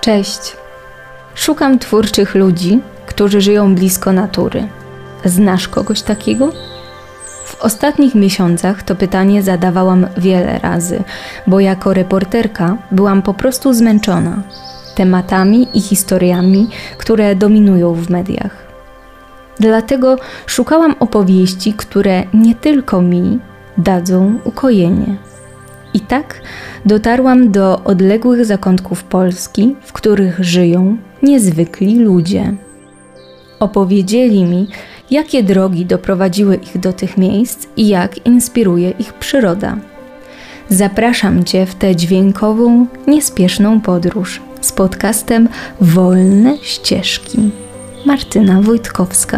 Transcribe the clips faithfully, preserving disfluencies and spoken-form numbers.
Cześć. Szukam twórczych ludzi, którzy żyją blisko natury. Znasz kogoś takiego? W ostatnich miesiącach to pytanie zadawałam wiele razy, bo jako reporterka byłam po prostu zmęczona tematami i historiami, które dominują w mediach. Dlatego szukałam opowieści, które nie tylko mi dadzą ukojenie. I tak dotarłam do odległych zakątków Polski, w których żyją niezwykli ludzie. Opowiedzieli mi, jakie drogi doprowadziły ich do tych miejsc i jak inspiruje ich przyroda. Zapraszam Cię w tę dźwiękową, niespieszną podróż z podcastem Wolne Ścieżki. Martyna Wojtkowska.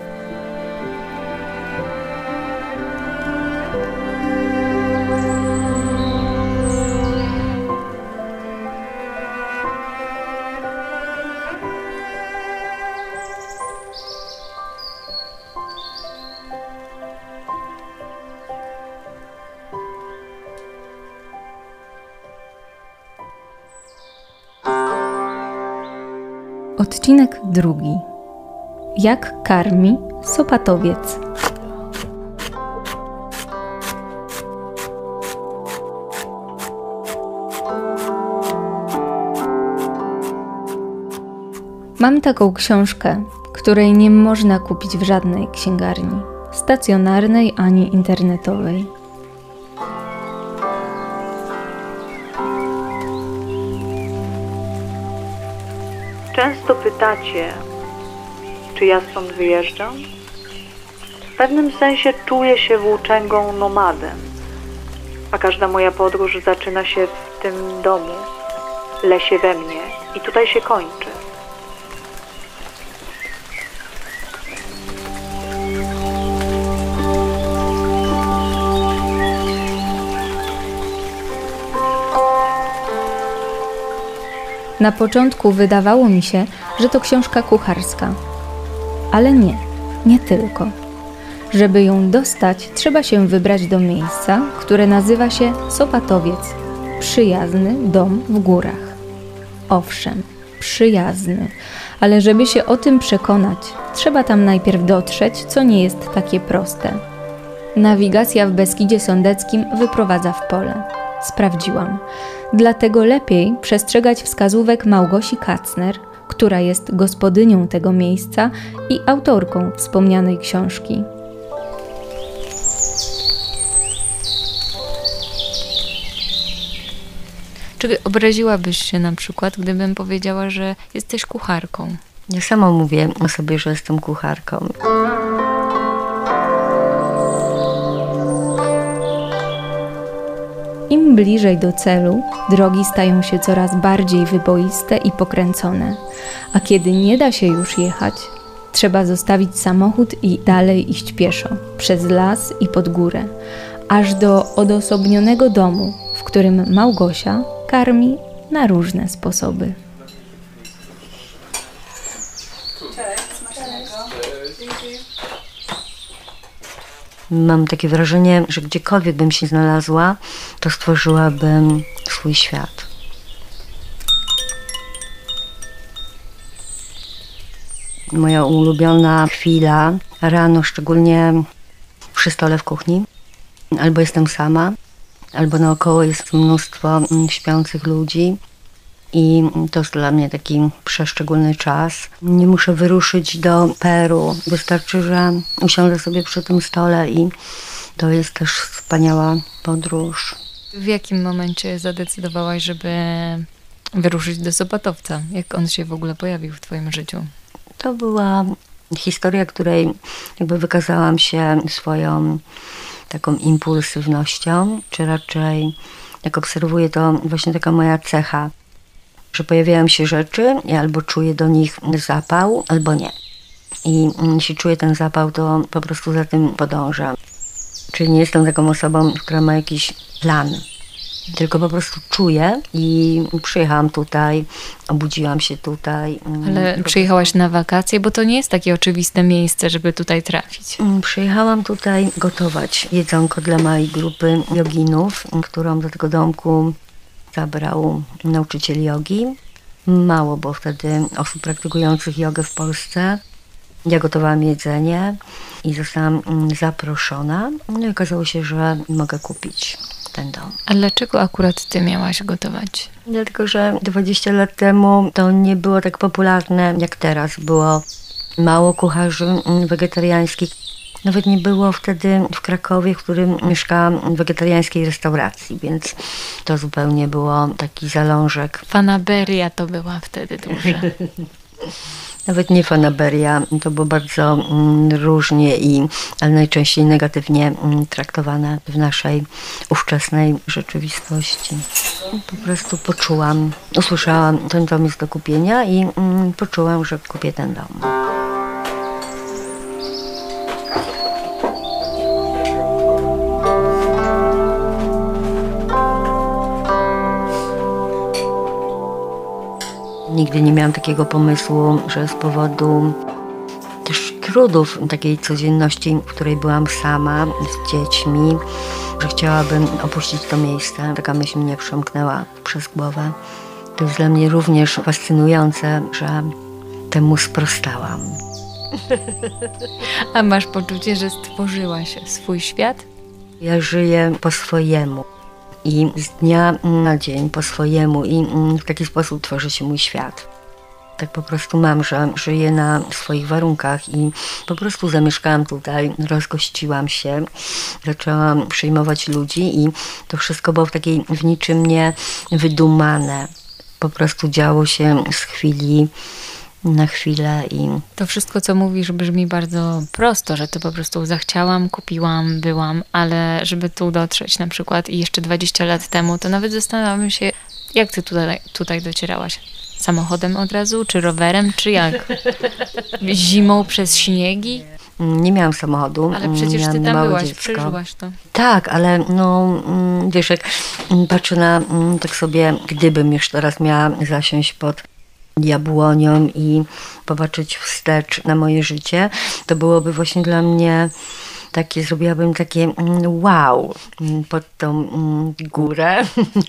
Odcinek drugi. Jak karmi Sopatowiec? Mam taką książkę, której nie można kupić w żadnej księgarni, stacjonarnej ani internetowej. Często pytacie, czy ja stąd wyjeżdżam? W pewnym sensie czuję się włóczęgą nomadem, a każda moja podróż zaczyna się w tym domu, lesie we mnie i tutaj się kończy. Na początku wydawało mi się, że to książka kucharska. Ale nie, nie tylko. Żeby ją dostać, trzeba się wybrać do miejsca, które nazywa się Sopatowiec. Przyjazny dom w górach. Owszem, przyjazny, ale żeby się o tym przekonać, trzeba tam najpierw dotrzeć, co nie jest takie proste. Nawigacja w Beskidzie Sądeckim wyprowadza w pole. Sprawdziłam. Dlatego lepiej przestrzegać wskazówek Małgosi Kacner, która jest gospodynią tego miejsca i autorką wspomnianej książki. Czy obraziłabyś się na przykład, gdybym powiedziała, że jesteś kucharką? Ja sama mówię o sobie, że jestem kucharką. Im bliżej do celu, drogi stają się coraz bardziej wyboiste i pokręcone, a kiedy nie da się już jechać, trzeba zostawić samochód i dalej iść pieszo, przez las i pod górę, aż do odosobnionego domu, w którym Małgosia karmi na różne sposoby. Mam takie wrażenie, że gdziekolwiek bym się znalazła, to stworzyłabym swój świat. Moja ulubiona chwila rano, szczególnie przy stole w kuchni. Albo jestem sama, albo naokoło jest mnóstwo śpiących ludzi. I to jest dla mnie taki przeszczególny czas. Nie muszę wyruszyć do Peru. Wystarczy, że usiądę sobie przy tym stole i to jest też wspaniała podróż. W jakim momencie zadecydowałaś, żeby wyruszyć do Sopatowca? Jak on się w ogóle pojawił w twoim życiu? To była historia, której jakby wykazałam się swoją taką impulsywnością, czy raczej, jak obserwuję, to właśnie taka moja cecha, że pojawiają się rzeczy i albo czuję do nich zapał, albo nie. I jeśli czuję ten zapał, to po prostu za tym podążam. Czyli nie jestem taką osobą, która ma jakiś plan, tylko po prostu czuję i przyjechałam tutaj, obudziłam się tutaj. Ale przyjechałaś na wakacje, bo to nie jest takie oczywiste miejsce, żeby tutaj trafić. Przyjechałam tutaj gotować jedzonko dla mojej grupy joginów, którą do tego domku zabrał nauczyciel jogi. Mało było wtedy osób praktykujących jogę w Polsce. Ja gotowałam jedzenie i zostałam zaproszona. No i okazało się, że mogę kupić ten dom. A dlaczego akurat ty miałaś gotować? Dlatego, że dwadzieścia lat temu to nie było tak popularne jak teraz. Było mało kucharzy wegetariańskich. Nawet nie było wtedy w Krakowie, w którym mieszkałam, wegetariańskiej restauracji, więc to zupełnie było taki zalążek. Fanaberia to była wtedy duża. Nawet nie fanaberia, to było bardzo mm, różnie, i, ale najczęściej negatywnie mm, traktowane w naszej ówczesnej rzeczywistości. Po prostu poczułam, usłyszałam, ten dom jest do kupienia i mm, poczułam, że kupię ten dom. Nigdy nie miałam takiego pomysłu, że z powodu też trudów takiej codzienności, w której byłam sama z dziećmi, że chciałabym opuścić to miejsce. Taka myśl mnie przemknęła przez głowę. To jest dla mnie również fascynujące, że temu sprostałam. A masz poczucie, że stworzyłaś swój świat? Ja żyję po swojemu. I z dnia na dzień po swojemu i w taki sposób tworzy się mój świat. Tak po prostu mam, że żyję na swoich warunkach i po prostu zamieszkałam tutaj, rozgościłam się, zaczęłam przyjmować ludzi i to wszystko było w takiej w niczym nie wydumane. Po prostu działo się z chwili na chwilę i... To wszystko, co mówisz, brzmi bardzo prosto, że ty po prostu zachciałam, kupiłam, byłam, ale żeby tu dotrzeć na przykład i jeszcze dwadzieścia lat temu, to nawet zastanawiam się, jak ty tutaj, tutaj docierałaś? Samochodem od razu, czy rowerem, czy jak? Zimą przez śniegi? Nie miałam samochodu. Ale przecież miałam ty tam małe byłaś, dziecko. przeżyłaś to. Tak, ale no wiesz, jak patrzę na tak sobie, gdybym już teraz miała zasiąść pod jabłonią i popatrzeć wstecz na moje życie, to byłoby właśnie dla mnie takie, zrobiłabym takie wow pod tą górę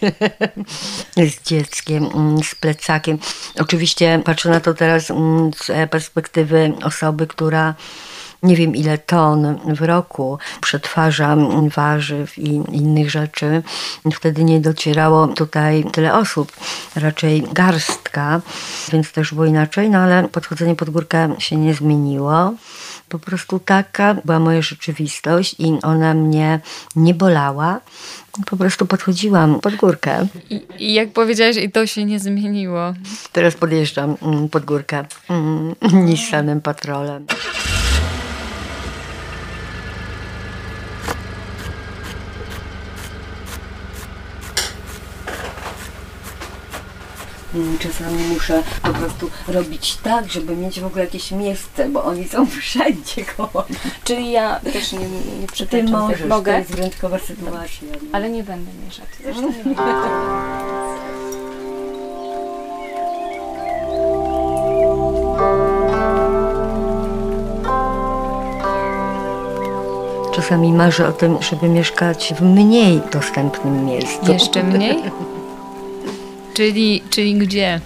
z dzieckiem, z plecakiem. Oczywiście patrzę na to teraz z perspektywy osoby, która nie wiem ile ton w roku przetwarzam warzyw i innych rzeczy. Wtedy nie docierało tutaj tyle osób, raczej garstka, więc też było inaczej, no ale podchodzenie pod górkę się nie zmieniło. Po prostu taka była moja rzeczywistość i ona mnie nie bolała. Po prostu podchodziłam pod górkę. I, i jak powiedziałaś, i to się nie zmieniło. Teraz podjeżdżam pod górkę Nissanem Patrolem. Czasami muszę po prostu robić tak, żeby mieć w ogóle jakieś miejsce, bo oni są wszędzie koło mnie. Czyli ja też nie, nie Ty przytaczam. możesz, Mogę? to jest wyjątkowa sytuacja. Ale nie będę mieszać. Zresztą nie będę. Czasami marzę o tym, żeby mieszkać w mniej dostępnym miejscu. Jeszcze mniej? Czyli, czyli gdzie?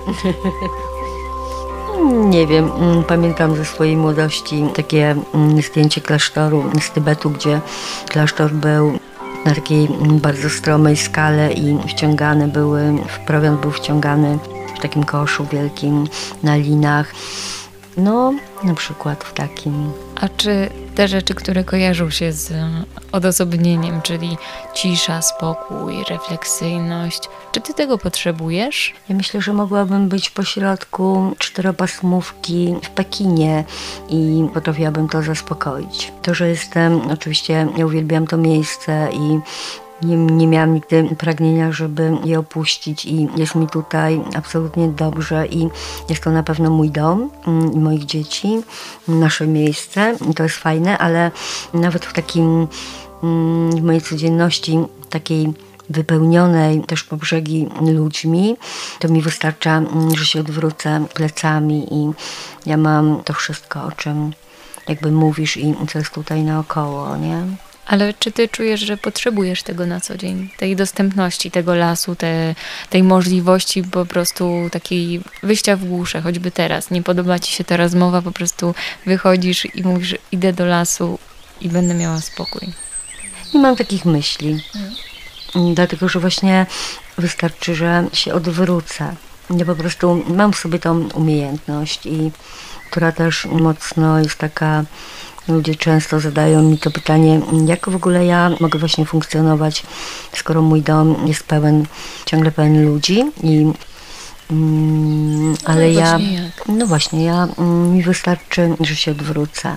Nie wiem, pamiętam ze swojej młodości takie zdjęcie klasztoru z Tybetu, gdzie klasztor był na takiej bardzo stromej skale i wciągane były, prowiant był wciągany w takim koszu wielkim na linach. No, na przykład w takim. A czy te rzeczy, które kojarzą się z odosobnieniem, czyli cisza, spokój, refleksyjność, czy ty tego potrzebujesz? Ja myślę, że mogłabym być pośrodku czteropasmówki w Pekinie i potrafiłabym to zaspokoić. To, że jestem, oczywiście ja uwielbiam to miejsce i Nie, nie miałam nigdy pragnienia, żeby je opuścić i jest mi tutaj absolutnie dobrze i jest to na pewno mój dom i moich dzieci, nasze miejsce i to jest fajne, ale nawet w takim, w mojej codzienności takiej wypełnionej też po brzegi ludźmi, to mi wystarcza, że się odwrócę plecami i ja mam to wszystko, o czym jakby mówisz i co jest tutaj naokoło, nie? Ale czy ty czujesz, że potrzebujesz tego na co dzień? Tej dostępności, tego lasu, te, tej możliwości po prostu takiej wyjścia w głusze, choćby teraz. Nie podoba ci się ta rozmowa, po prostu wychodzisz i mówisz, idę do lasu i będę miała spokój. Nie mam takich myśli. Hmm. Dlatego, że właśnie wystarczy, że się odwrócę. Ja po prostu mam w sobie tą umiejętność, i która też mocno jest taka. Ludzie często zadają mi to pytanie, jak w ogóle ja mogę właśnie funkcjonować, skoro mój dom jest pełen, ciągle pełen ludzi. I, mm, ale no ja, jak? no właśnie, ja, mm, mi wystarczy, że się odwrócę.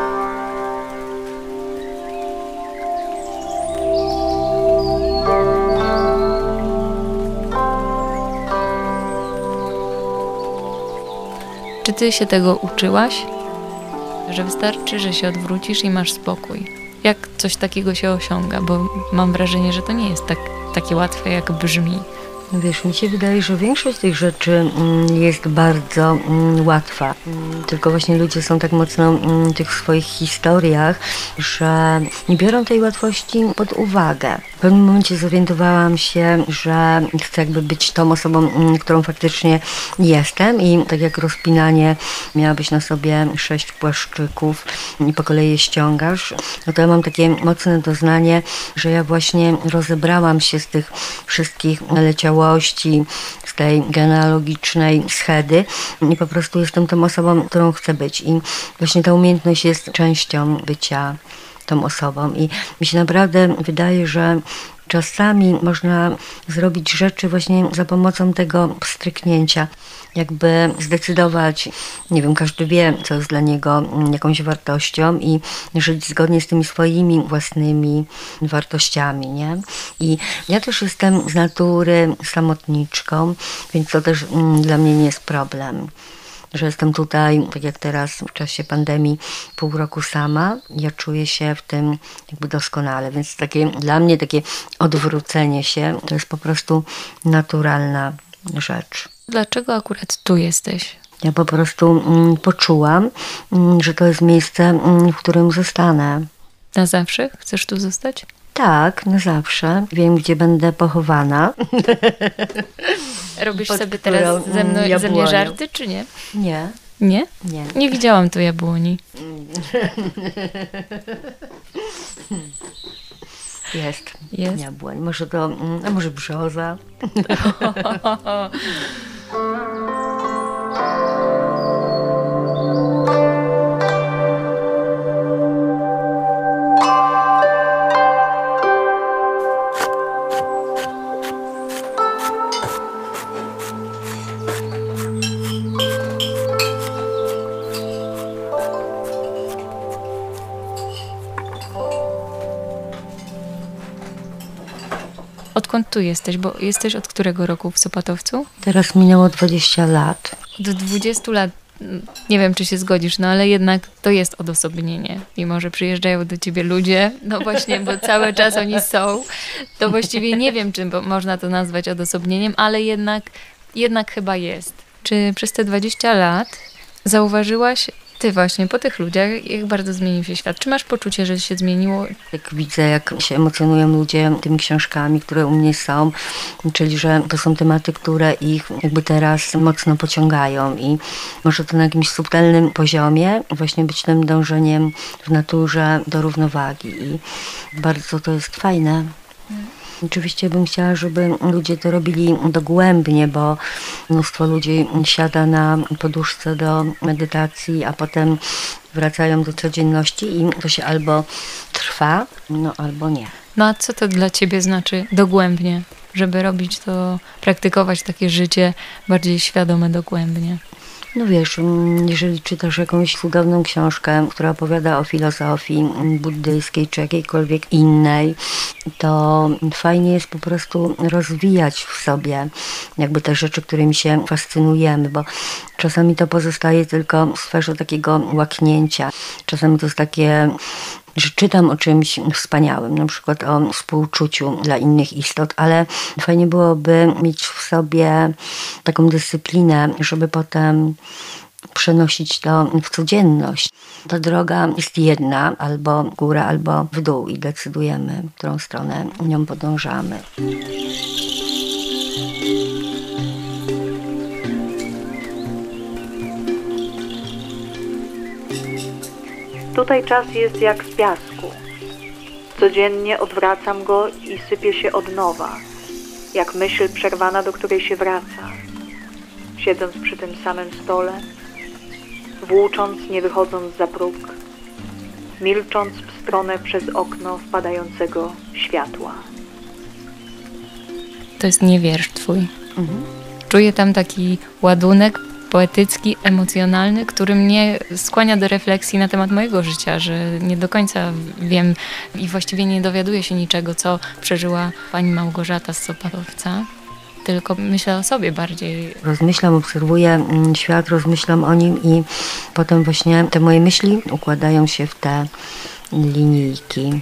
Czy ty się tego uczyłaś? Że wystarczy, że się odwrócisz i masz spokój. Jak coś takiego się osiąga? Bo mam wrażenie, że to nie jest tak, takie łatwe, jak brzmi. Wiesz, mi się wydaje, że większość tych rzeczy jest bardzo łatwa. Tylko właśnie ludzie są tak mocno w tych swoich historiach, że nie biorą tej łatwości pod uwagę. W pewnym momencie zorientowałam się, że chcę jakby być tą osobą, którą faktycznie jestem, i tak jak rozpinanie miałabyś na sobie sześć płaszczyków i po kolei je ściągasz, no to ja mam takie mocne doznanie, że ja właśnie rozebrałam się z tych wszystkich leciałości, z tej genealogicznej schedy i po prostu jestem tą osobą, którą chcę być, i właśnie ta umiejętność jest częścią bycia tą osobą, i mi się naprawdę wydaje, że czasami można zrobić rzeczy właśnie za pomocą tego pstryknięcia. Jakby zdecydować, nie wiem, każdy wie, co jest dla niego jakąś wartością, i żyć zgodnie z tymi swoimi własnymi wartościami, nie? I ja też jestem z natury samotniczką, więc to też mm, dla mnie nie jest problem. Że jestem tutaj, tak jak teraz w czasie pandemii, pół roku sama. Ja czuję się w tym jakby doskonale, więc takie, dla mnie takie odwrócenie się to jest po prostu naturalna rzecz. Dlaczego akurat tu jesteś? Ja po prostu mm, poczułam, mm, że to jest miejsce, mm, w którym zostanę. Na zawsze? Chcesz tu zostać? Tak, na zawsze. Wiem, gdzie będę pochowana. Robisz Pod sobie teraz ze, mną, ze mnie żarty, czy nie? Nie. Nie? Nie. Nie widziałam tu jabłoni. Jest. Jest. Jabłoń. Może to, a może brzoza. Odkąd tu jesteś? Bo jesteś od którego roku w Sopatowcu? Teraz minęło dwadzieścia lat. Od dwudziestu lat, nie wiem, czy się zgodzisz, no ale jednak to jest odosobnienie. Mimo że przyjeżdżają do ciebie ludzie, no właśnie, bo cały czas oni są, to właściwie nie wiem, czy można to nazwać odosobnieniem, ale jednak, jednak chyba jest. Czy przez te dwadzieścia lat zauważyłaś ty właśnie po tych ludziach, jak bardzo zmienił się świat? Czy masz poczucie, że się zmieniło? Jak widzę, jak się emocjonują ludzie tymi książkami, które u mnie są, czyli że to są tematy, które ich jakby teraz mocno pociągają, i może to na jakimś subtelnym poziomie właśnie być tym dążeniem w naturze do równowagi, i bardzo to jest fajne. Oczywiście bym chciała, żeby ludzie to robili dogłębnie, bo mnóstwo ludzi siada na poduszce do medytacji, a potem wracają do codzienności i to się albo trwa, no albo nie. No a co to dla ciebie znaczy dogłębnie, żeby robić to, praktykować takie życie bardziej świadome dogłębnie? No wiesz, jeżeli czytasz jakąś cudowną książkę, która opowiada o filozofii buddyjskiej czy jakiejkolwiek innej, to fajnie jest po prostu rozwijać w sobie jakby te rzeczy, którymi się fascynujemy, bo czasami to pozostaje tylko w sferze takiego łaknięcia. Czasami to jest takie, że czytam o czymś wspaniałym, na przykład o współczuciu dla innych istot, ale fajnie byłoby mieć w sobie taką dyscyplinę, żeby potem przenosić to w codzienność. Ta droga jest jedna, albo w górę, albo w dół i decydujemy, w którą stronę nią podążamy. Tutaj czas jest jak z piasku. Codziennie odwracam go i sypie się od nowa, jak myśl przerwana, do której się wraca. Siedząc przy tym samym stole, włócząc, nie wychodząc za próg, milcząc w stronę przez okno wpadającego światła. To jest nie wiersz twój. Mhm. Czuję tam taki ładunek poetycki, emocjonalny, który mnie skłania do refleksji na temat mojego życia, że nie do końca wiem i właściwie nie dowiaduję się niczego, co przeżyła pani Małgorzata z Sopatowca, tylko myślę o sobie bardziej. Rozmyślam, obserwuję świat, rozmyślam o nim i potem właśnie te moje myśli układają się w te linijki.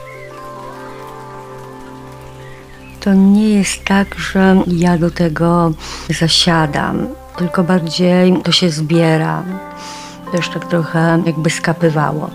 To nie jest tak, że ja do tego zasiadam, tylko bardziej to się zbiera. Też tak trochę jakby skapywało.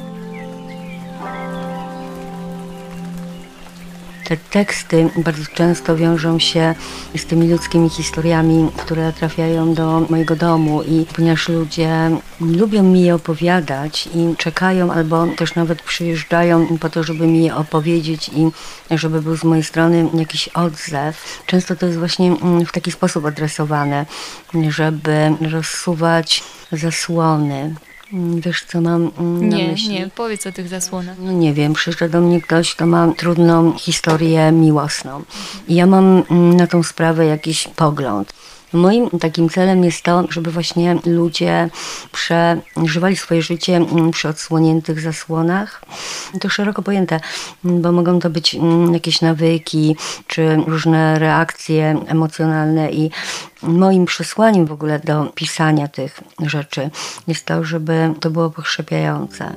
Te teksty bardzo często wiążą się z tymi ludzkimi historiami, które trafiają do mojego domu i ponieważ ludzie lubią mi je opowiadać i czekają albo też nawet przyjeżdżają po to, żeby mi je opowiedzieć i żeby był z mojej strony jakiś odzew. Często to jest właśnie w taki sposób adresowane, żeby rozsuwać zasłony. Wiesz, co mam na nie, myśli? Nie, powiedz o tych zasłonach. No nie wiem, przyjeżdża do mnie ktoś, kto ma trudną historię miłosną. I ja mam na tą sprawę jakiś pogląd. Moim takim celem jest to, żeby właśnie ludzie przeżywali swoje życie przy odsłoniętych zasłonach. To szeroko pojęte, bo mogą to być jakieś nawyki, czy różne reakcje emocjonalne i moim przesłaniem w ogóle do pisania tych rzeczy jest to, żeby to było pokrzepiające.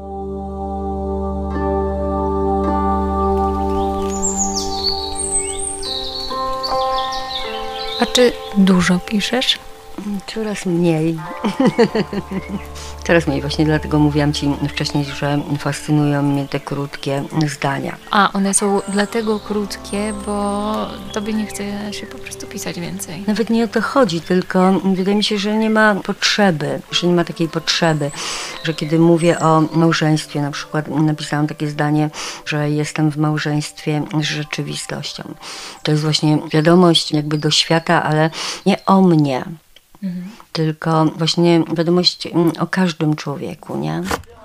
A czy dużo piszesz? Coraz mniej. Coraz mniej. Właśnie dlatego mówiłam ci wcześniej, że fascynują mnie te krótkie zdania. A, one są dlatego krótkie, bo tobie nie chce się po prostu pisać więcej. Nawet nie o to chodzi, tylko wydaje mi się, że nie ma potrzeby, że nie ma takiej potrzeby, że kiedy mówię o małżeństwie, na przykład napisałam takie zdanie, że jestem w małżeństwie z rzeczywistością. To jest właśnie wiadomość jakby do świata, ale nie o mnie. Mhm. Tylko właśnie wiadomość o każdym człowieku, nie?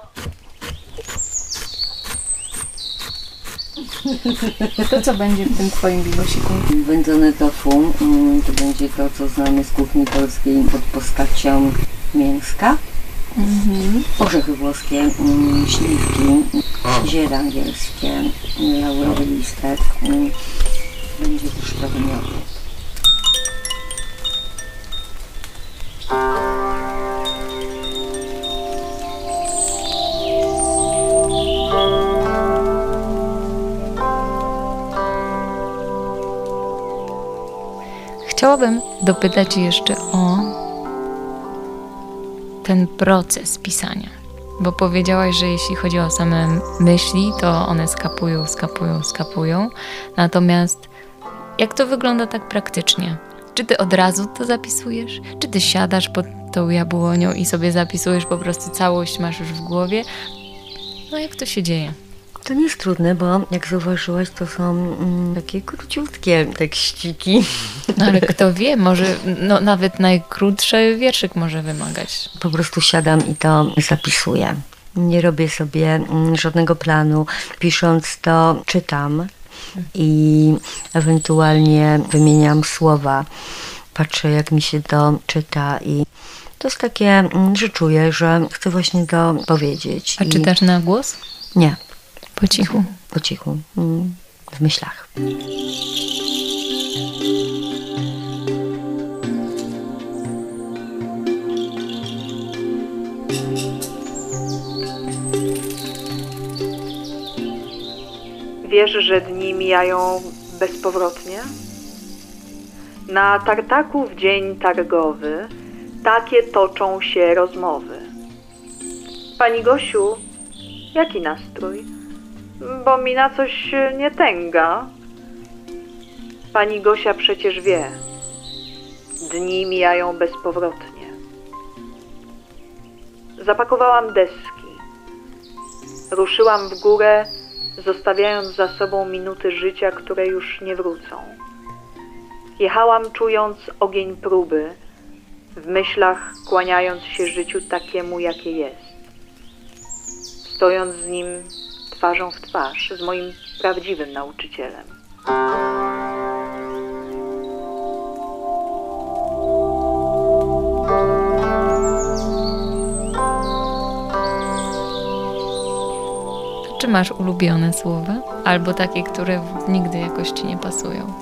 To co będzie w tym twoim bigosiku? Wędzone tofu, to będzie to, co znamy z kuchni polskiej pod postacią mięska. Mhm. Orzechy włoskie, śliwki, ziele angielskie, laurowy listek. Będzie też trochę miodu. Chciałabym dopytać jeszcze o ten proces pisania, bo powiedziałaś, że jeśli chodzi o same myśli, to one skapują, skapują, skapują, natomiast jak to wygląda tak praktycznie? Czy ty od razu to zapisujesz? Czy ty siadasz pod tą jabłonią i sobie zapisujesz po prostu całość, masz już w głowie? No jak to się dzieje? To nie jest trudne, bo jak zauważyłaś, to są mm, takie króciutkie tekściki. No ale kto wie, może no, nawet najkrótszy wierszyk może wymagać. Po prostu siadam i to zapisuję. Nie robię sobie mm, żadnego planu. Pisząc to czytam i ewentualnie wymieniam słowa. Patrzę, jak mi się to czyta i to jest takie, że czuję, że chcę właśnie to powiedzieć. A I... czytasz na głos? Nie. Po cichu? Po cichu. W myślach. Wiesz, że dni mijają bezpowrotnie? Na tartaku w dzień targowy takie toczą się rozmowy. Pani Gosiu, jaki nastrój? Bo mi na coś nie tęga. Pani Gosia przecież wie, dni mijają bezpowrotnie. Zapakowałam deski. Ruszyłam w górę, zostawiając za sobą minuty życia, które już nie wrócą. Jechałam, czując ogień próby, w myślach kłaniając się życiu takiemu, jakie jest. Stojąc z nim twarzą w twarz, z moim prawdziwym nauczycielem. Czy masz ulubione słowa? Albo takie, które nigdy jakoś ci nie pasują?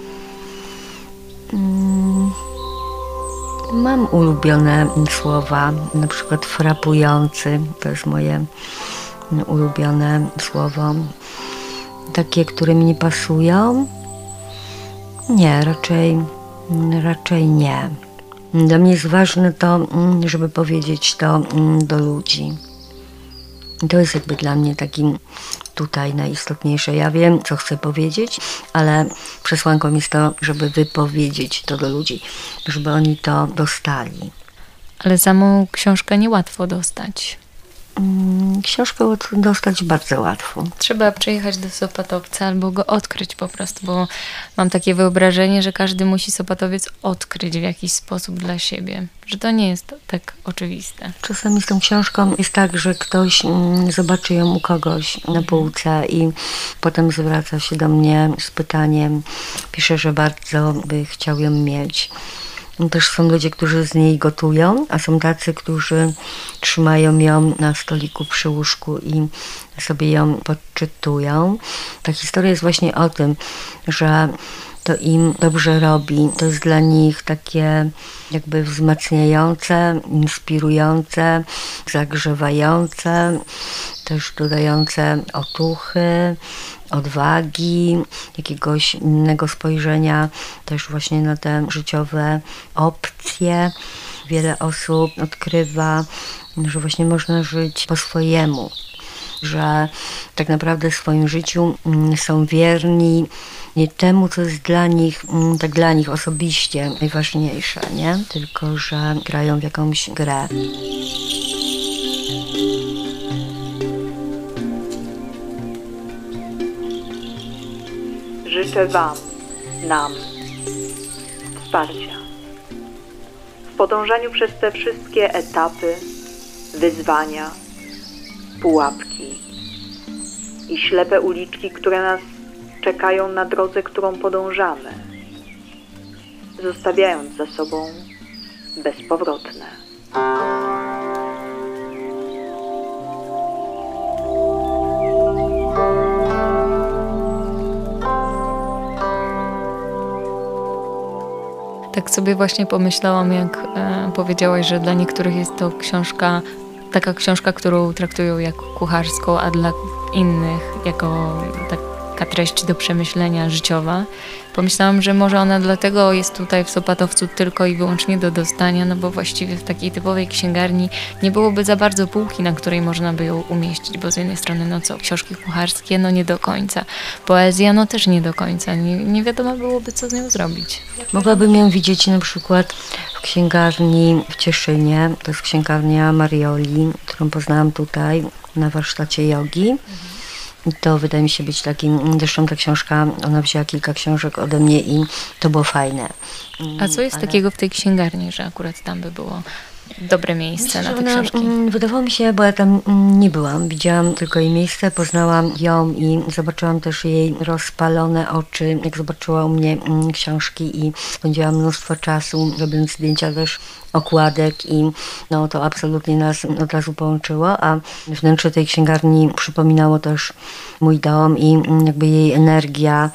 Mm, mam ulubione słowa, na przykład frapujący, to jest moje ulubione słowo. Takie, które mi nie pasują? Nie, raczej, raczej nie. Dla mnie jest ważne to, żeby powiedzieć to do ludzi. I to jest jakby dla mnie takim tutaj najistotniejsze. Ja wiem, co chcę powiedzieć, ale przesłanką jest to, żeby wypowiedzieć to do ludzi, żeby oni to dostali. Ale samą książkę niełatwo dostać. Książkę dostać bardzo łatwo. Trzeba przyjechać do Sopatowca albo go odkryć po prostu, bo mam takie wyobrażenie, że każdy musi Sopatowiec odkryć w jakiś sposób dla siebie. Że to nie jest tak oczywiste. Czasami z tą książką jest tak, że ktoś zobaczy ją u kogoś na półce i potem zwraca się do mnie z pytaniem, pisze, że bardzo by chciał ją mieć. Też są ludzie, którzy z niej gotują, a są tacy, którzy trzymają ją na stoliku przy łóżku i sobie ją podczytują. Ta historia jest właśnie o tym, że to im dobrze robi. To jest dla nich takie jakby wzmacniające, inspirujące, zagrzewające, też dodające otuchy, odwagi, jakiegoś innego spojrzenia też właśnie na te życiowe opcje. Wiele osób odkrywa, że właśnie można żyć po swojemu, że tak naprawdę w swoim życiu są wierni nie temu, co jest dla nich, tak dla nich osobiście najważniejsze, nie? Tylko że grają w jakąś grę. Życzę Wam, nam, wsparcia. W podążaniu przez te wszystkie etapy, wyzwania, pułapki i ślepe uliczki, które nas czekają na drodze, którą podążamy, zostawiając za sobą bezpowrotne. Tak sobie właśnie pomyślałam, jak e, powiedziałaś, że dla niektórych jest to książka, taka książka, którą traktują jako kucharską, a dla innych jako taka treść do przemyślenia życiowa. Pomyślałam, że może ona dlatego jest tutaj w Sopatowcu tylko i wyłącznie do dostania, no bo właściwie w takiej typowej księgarni nie byłoby za bardzo półki, na której można by ją umieścić, bo z jednej strony, no co, książki kucharskie, no nie do końca. Poezja, no też nie do końca. Nie, nie wiadomo byłoby, co z nią zrobić. Mogłabym ją widzieć na przykład w księgarni w Cieszynie. To jest księgarnia Marioli, którą poznałam tutaj na warsztacie jogi. I to wydaje mi się być takim, zresztą ta książka, ona wzięła kilka książek ode mnie i to było fajne. A co jest Ale... takiego w tej księgarni, że akurat tam by było dobre miejsce Myślę, na te ona, książki? Wydawało mi się, bo ja tam nie byłam, widziałam tylko jej miejsce, poznałam ją i zobaczyłam też jej rozpalone oczy, jak zobaczyła u mnie książki i spędziłam mnóstwo czasu, robiąc zdjęcia też okładek i no to absolutnie nas od razu połączyło, a wnętrze tej księgarni przypominało też mój dom i jakby jej energia,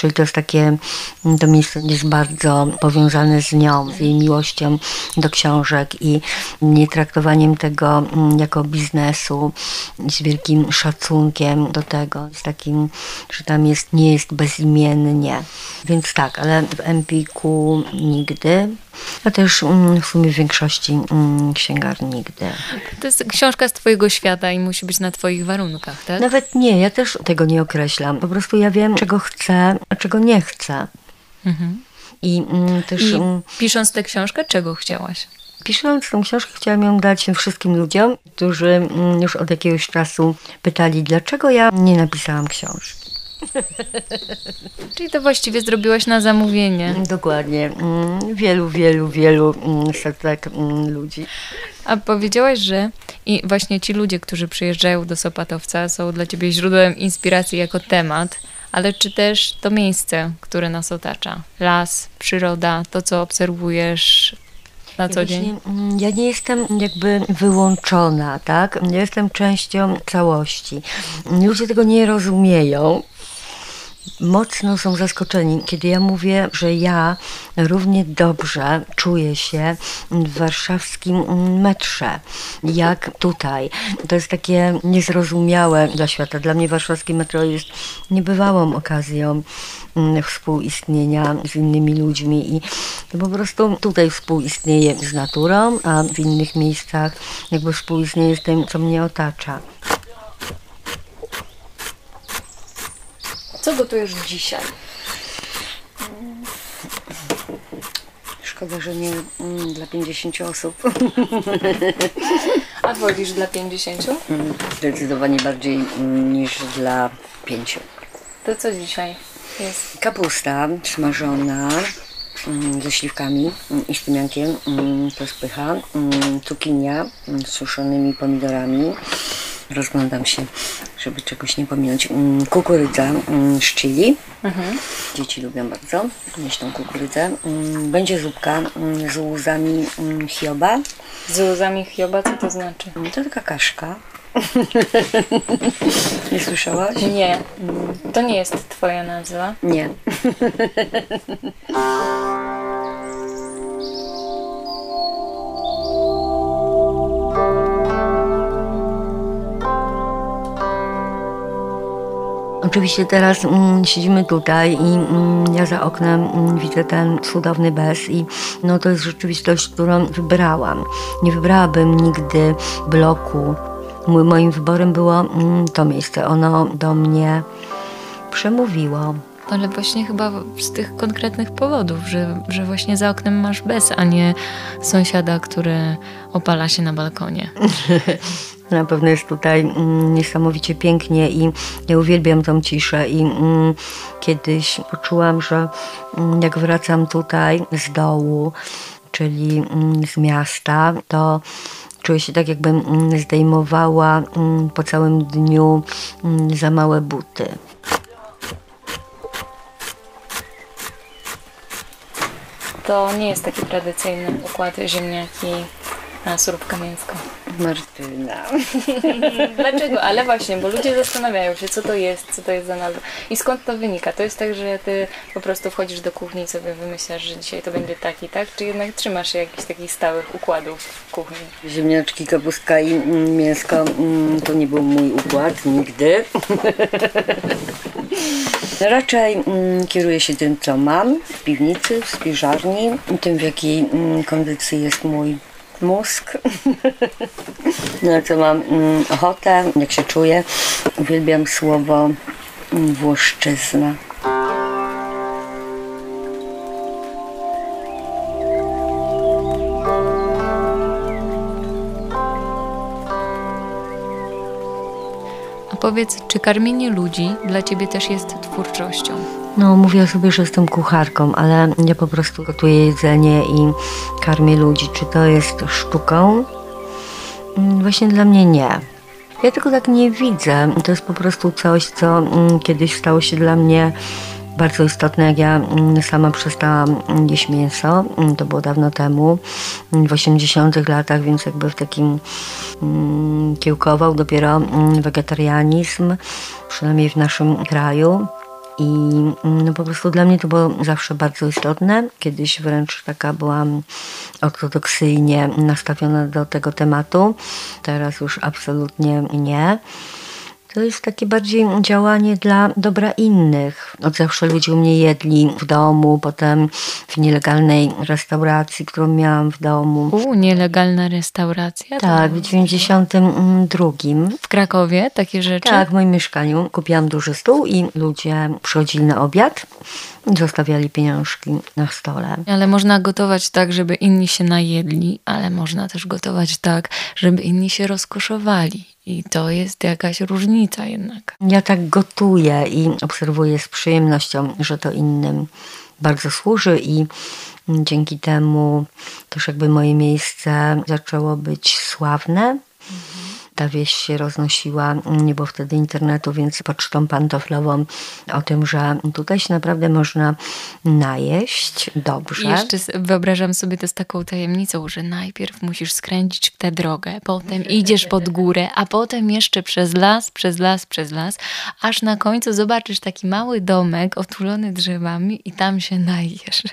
Czyli to jest takie, to miejsce jest bardzo powiązane z nią, z jej miłością do książek i nie traktowaniem tego jako biznesu, z wielkim szacunkiem do tego, z takim, że tam jest, nie jest bezimiennie. Więc tak, ale w Empiku nigdy, a też w sumie w większości księgarni nigdy. To jest książka z twojego świata i musi być na twoich warunkach, tak? Nawet nie, ja też tego nie określam. Po prostu ja wiem, czego chcę, a czego nie chcę. Mhm. I mm, też... I mm, pisząc tę książkę, czego chciałaś? Pisząc tę książkę, chciałam ją dać wszystkim ludziom, którzy mm, już od jakiegoś czasu pytali, dlaczego ja nie napisałam książki. Czyli to właściwie zrobiłaś na zamówienie. Dokładnie. Mm, wielu, wielu, wielu mm, setek mm, ludzi. A powiedziałaś, że i właśnie ci ludzie, którzy przyjeżdżają do Sopatowca, są dla ciebie źródłem inspiracji jako temat, ale czy też to miejsce, które nas otacza? Las, przyroda, to co obserwujesz na co Ja dzień? właśnie, ja nie jestem jakby wyłączona, tak? Ja jestem częścią całości. Ludzie tego nie rozumieją. Mocno są zaskoczeni, kiedy ja mówię, że ja równie dobrze czuję się w warszawskim metrze, jak tutaj. To jest takie niezrozumiałe dla świata. Dla mnie warszawskie metro jest niebywałą okazją współistnienia z innymi ludźmi i po prostu tutaj współistnieję z naturą, a w innych miejscach jakby współistnieję z tym, co mnie otacza. Co gotujesz dzisiaj? Szkoda, że nie mm, dla pięćdziesięciu osób. A wolisz dla pięćdziesięciu? Zdecydowanie bardziej mm, niż dla pięciu. To co dzisiaj jest? Kapusta smażona mm, ze śliwkami mm, i z tymiankiem, mm, to jest pycha. Mm, cukinia mm, z suszonymi pomidorami. Rozglądam się, żeby czegoś nie pominąć. Mm, kukurydza mm, z chili. Mhm. Dzieci lubią bardzo jeść tą kukurydzę. Mm, będzie zupka mm, z łzami mm, Hioba. Z łzami Hioba, co to znaczy? Mm, To taka kaszka. Nie słyszałaś? Nie, to nie jest twoja nazwa. Nie. Oczywiście teraz mm, siedzimy tutaj i mm, ja za oknem mm, widzę ten cudowny bez i no to jest rzeczywistość, którą wybrałam. Nie wybrałabym nigdy bloku. Mój, moim wyborem było mm, to miejsce. Ono do mnie przemówiło. Ale właśnie chyba z tych konkretnych powodów, że, że właśnie za oknem masz bez, a nie sąsiada, który opala się na balkonie. Na pewno jest tutaj mm, niesamowicie pięknie i ja uwielbiam tą ciszę i mm, kiedyś poczułam, że mm, jak wracam tutaj z dołu, czyli mm, z miasta, to czuję się tak, jakbym mm, zdejmowała mm, po całym dniu mm, za małe buty. To nie jest taki tradycyjny układ ziemniaki na surówka mięska. Martyna. Dlaczego? Ale właśnie, bo ludzie zastanawiają się, co to jest, co to jest za nazwa i skąd to wynika. To jest tak, że ty po prostu wchodzisz do kuchni i sobie wymyślasz, że dzisiaj to będzie tak i tak, czy jednak trzymasz się jakichś takich stałych układów w kuchni? Ziemniaczki, kapustka i mm, mięsko mm, to nie był mój układ nigdy. Raczej mm, kieruję się tym, co mam w piwnicy, w spiżarni, tym, w jakiej mm, kondycji jest mój mózg, na co mam mm, ochotę, jak się czuję. Uwielbiam słowo mm, włoszczyzna. A powiedz, czy karmienie ludzi dla ciebie też jest twórczością? No, mówię sobie, że jestem kucharką, ale ja po prostu gotuję jedzenie i karmię ludzi. Czy to jest sztuką? Właśnie dla mnie nie. Ja tego tak nie widzę. To jest po prostu coś, co kiedyś stało się dla mnie bardzo istotne, jak ja sama przestałam jeść mięso. To było dawno temu, w osiemdziesiątych latach, więc jakby w takim kiełkował dopiero wegetarianizm, przynajmniej w naszym kraju. I no po prostu dla mnie to było zawsze bardzo istotne. Kiedyś wręcz taka byłam ortodoksyjnie nastawiona do tego tematu. Teraz już absolutnie nie. To jest takie bardziej działanie dla dobra innych. Od zawsze ludzie u mnie jedli w domu, potem w nielegalnej restauracji, którą miałam w domu. U, nielegalna restauracja? Tak, w dziewięćdziesiątym drugim. W Krakowie takie rzeczy? Tak, w moim mieszkaniu kupiłam duży stół i ludzie przychodzili na obiad i zostawiali pieniążki na stole. Ale można gotować tak, żeby inni się najedli, ale można też gotować tak, żeby inni się rozkoszowali. I to jest jakaś różnica jednak. Ja tak gotuję i obserwuję z przyjemnością, że to innym bardzo służy i dzięki temu też jakby moje miejsce zaczęło być sławne. Ta wieść się roznosiła, nie było wtedy internetu, więc pocztą pantoflową o tym, że tutaj się naprawdę można najeść dobrze. I jeszcze wyobrażam sobie to z taką tajemnicą, że najpierw musisz skręcić w tę drogę, potem idziesz pod górę, a potem jeszcze przez las, przez las, przez las, aż na końcu zobaczysz taki mały domek otulony drzewami i tam się najesz.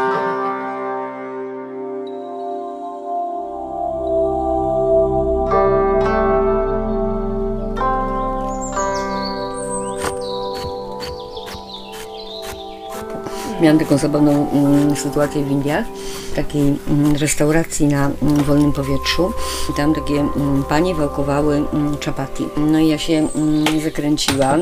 Miałam taką zabawną mm, sytuację w Indiach, w takiej mm, restauracji na mm, wolnym powietrzu. I tam takie mm, panie wałkowały mm, chapati. No i ja się mm, zakręciłam.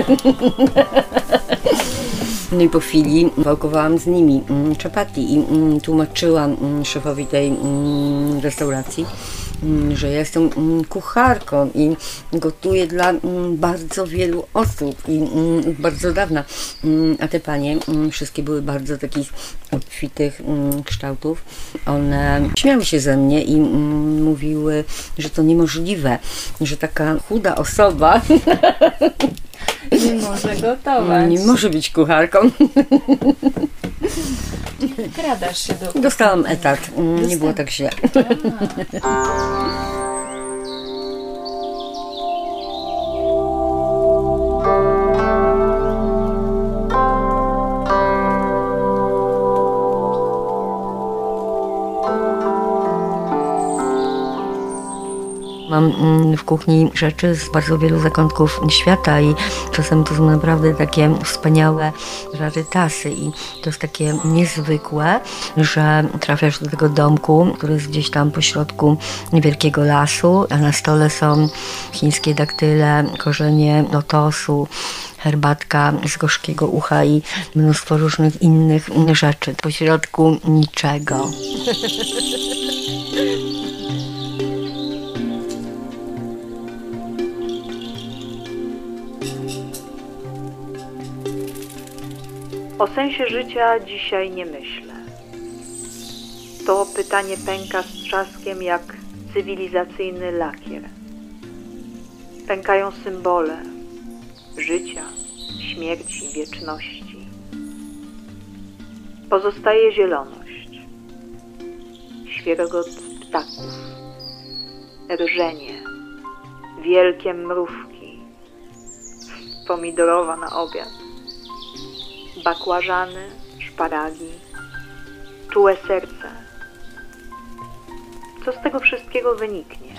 No i po chwili wałkowałam z nimi mm, chapati i mm, tłumaczyłam mm, szefowi tej mm, restauracji, że ja jestem kucharką i gotuję dla bardzo wielu osób i bardzo dawna. A te panie wszystkie były bardzo takich obfitych kształtów. One śmiały się ze mnie i mówiły, że to niemożliwe, że taka chuda osoba nie może gotować. Nie może być kucharką. Wkradasz się do... Dostałam etat. Nie Dosta... było tak źle. Mam w kuchni rzeczy z bardzo wielu zakątków świata i czasem to są naprawdę takie wspaniałe rarytasy i to jest takie niezwykłe, że trafiasz do tego domku, który jest gdzieś tam pośrodku niewielkiego lasu, a na stole są chińskie daktyle, korzenie lotosu, herbatka z gorzkiego ucha i mnóstwo różnych innych rzeczy. Pośrodku niczego. O sensie życia dzisiaj nie myślę. To pytanie pęka z trzaskiem jak cywilizacyjny lakier. Pękają symbole życia, śmierci, wieczności. Pozostaje zieloność, świerogot ptaków, rżenie, wielkie mrówki, pomidorowa na obiad, bakłażany, szparagi, czułe serce. Co z tego wszystkiego wyniknie?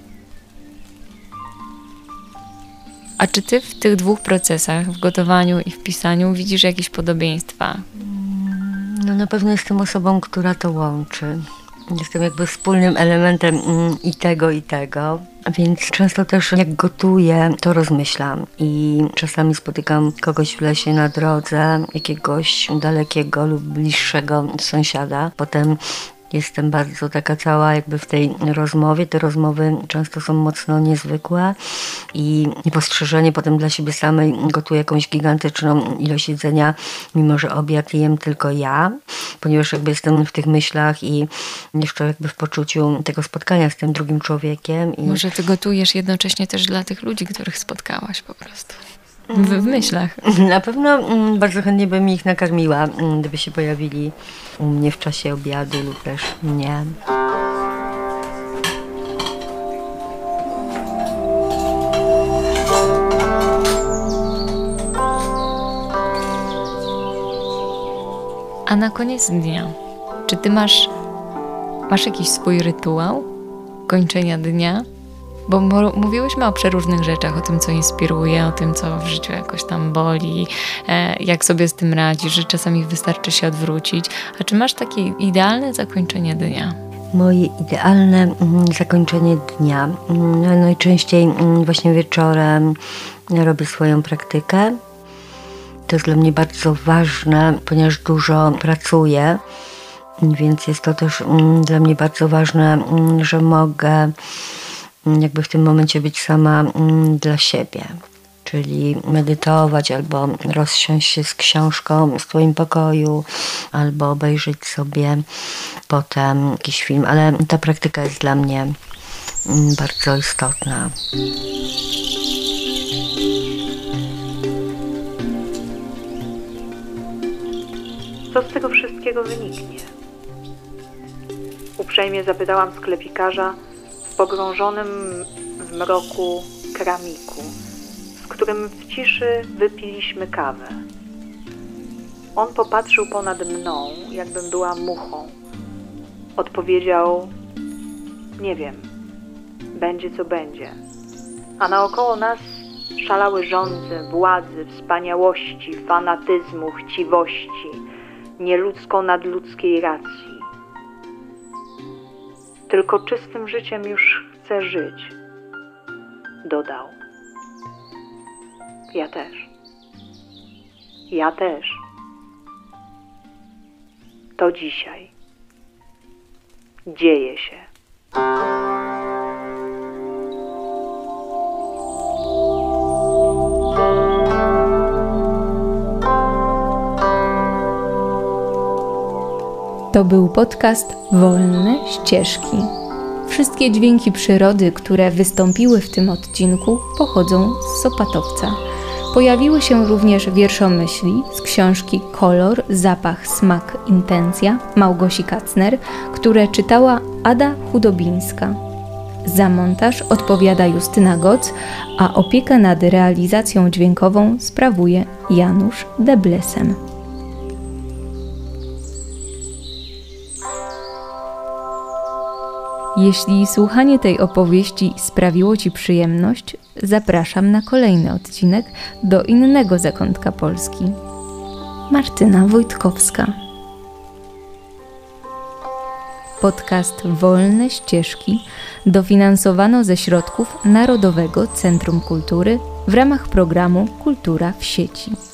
A czy ty w tych dwóch procesach, w gotowaniu i w pisaniu, widzisz jakieś podobieństwa? No na pewno jestem osobą, która to łączy. Jestem jakby wspólnym elementem i tego, i tego. Więc często też jak gotuję, to rozmyślam i czasami spotykam kogoś w lesie na drodze, jakiegoś dalekiego lub bliższego sąsiada. Potem jestem bardzo taka cała jakby w tej rozmowie. Te rozmowy często są mocno niezwykłe i niepostrzeżenie potem dla siebie samej gotuję jakąś gigantyczną ilość jedzenia, mimo że obiad jem tylko ja, ponieważ jakby jestem w tych myślach i jeszcze jakby w poczuciu tego spotkania z tym drugim człowiekiem. I... Może ty gotujesz jednocześnie też dla tych ludzi, których spotkałaś po prostu. W, w myślach. Na pewno mm, bardzo chętnie bym ich nakarmiła, mm, gdyby się pojawili u mnie w czasie obiadu lub też nie. A na koniec dnia, czy ty masz, masz jakiś swój rytuał kończenia dnia? Bo mówiłyśmy o przeróżnych rzeczach, o tym, co inspiruje, o tym, co w życiu jakoś tam boli, jak sobie z tym radzisz, że czasami wystarczy się odwrócić. A czy masz takie idealne zakończenie dnia? Moje idealne zakończenie dnia. Najczęściej właśnie wieczorem robię swoją praktykę. To jest dla mnie bardzo ważne, ponieważ dużo pracuję, więc jest to też dla mnie bardzo ważne, że mogę jakby w tym momencie być sama dla siebie. Czyli medytować albo rozsiąść się z książką w swoim pokoju, albo obejrzeć sobie potem jakiś film, ale ta praktyka jest dla mnie bardzo istotna. Co z tego wszystkiego wyniknie? Uprzejmie zapytałam sklepikarza w pogrążonym w mroku keramiku, z którym w ciszy wypiliśmy kawę. On popatrzył ponad mną, jakbym była muchą. Odpowiedział: nie wiem, będzie co będzie. A naokoło nas szalały żądze władzy, wspaniałości, fanatyzmu, chciwości, nieludzko-nadludzkiej racji. Tylko czystym życiem już chcę żyć, dodał. Ja też. Ja też. To dzisiaj. Dzieje się. To był podcast Wolne Ścieżki. Wszystkie dźwięki przyrody, które wystąpiły w tym odcinku, pochodzą z Sopatowca. Pojawiły się również wierszomyśli z książki Kolor, zapach, smak, intencja Małgosi Kacner, które czytała Ada Chudobińska. Za montaż odpowiada Justyna Goc, a opiekę nad realizacją dźwiękową sprawuje Janusz Deblesem. Jeśli słuchanie tej opowieści sprawiło Ci przyjemność, zapraszam na kolejny odcinek do innego zakątka Polski. Martyna Wojtkowska. Podcast Wolne Ścieżki dofinansowano ze środków Narodowego Centrum Kultury w ramach programu Kultura w sieci.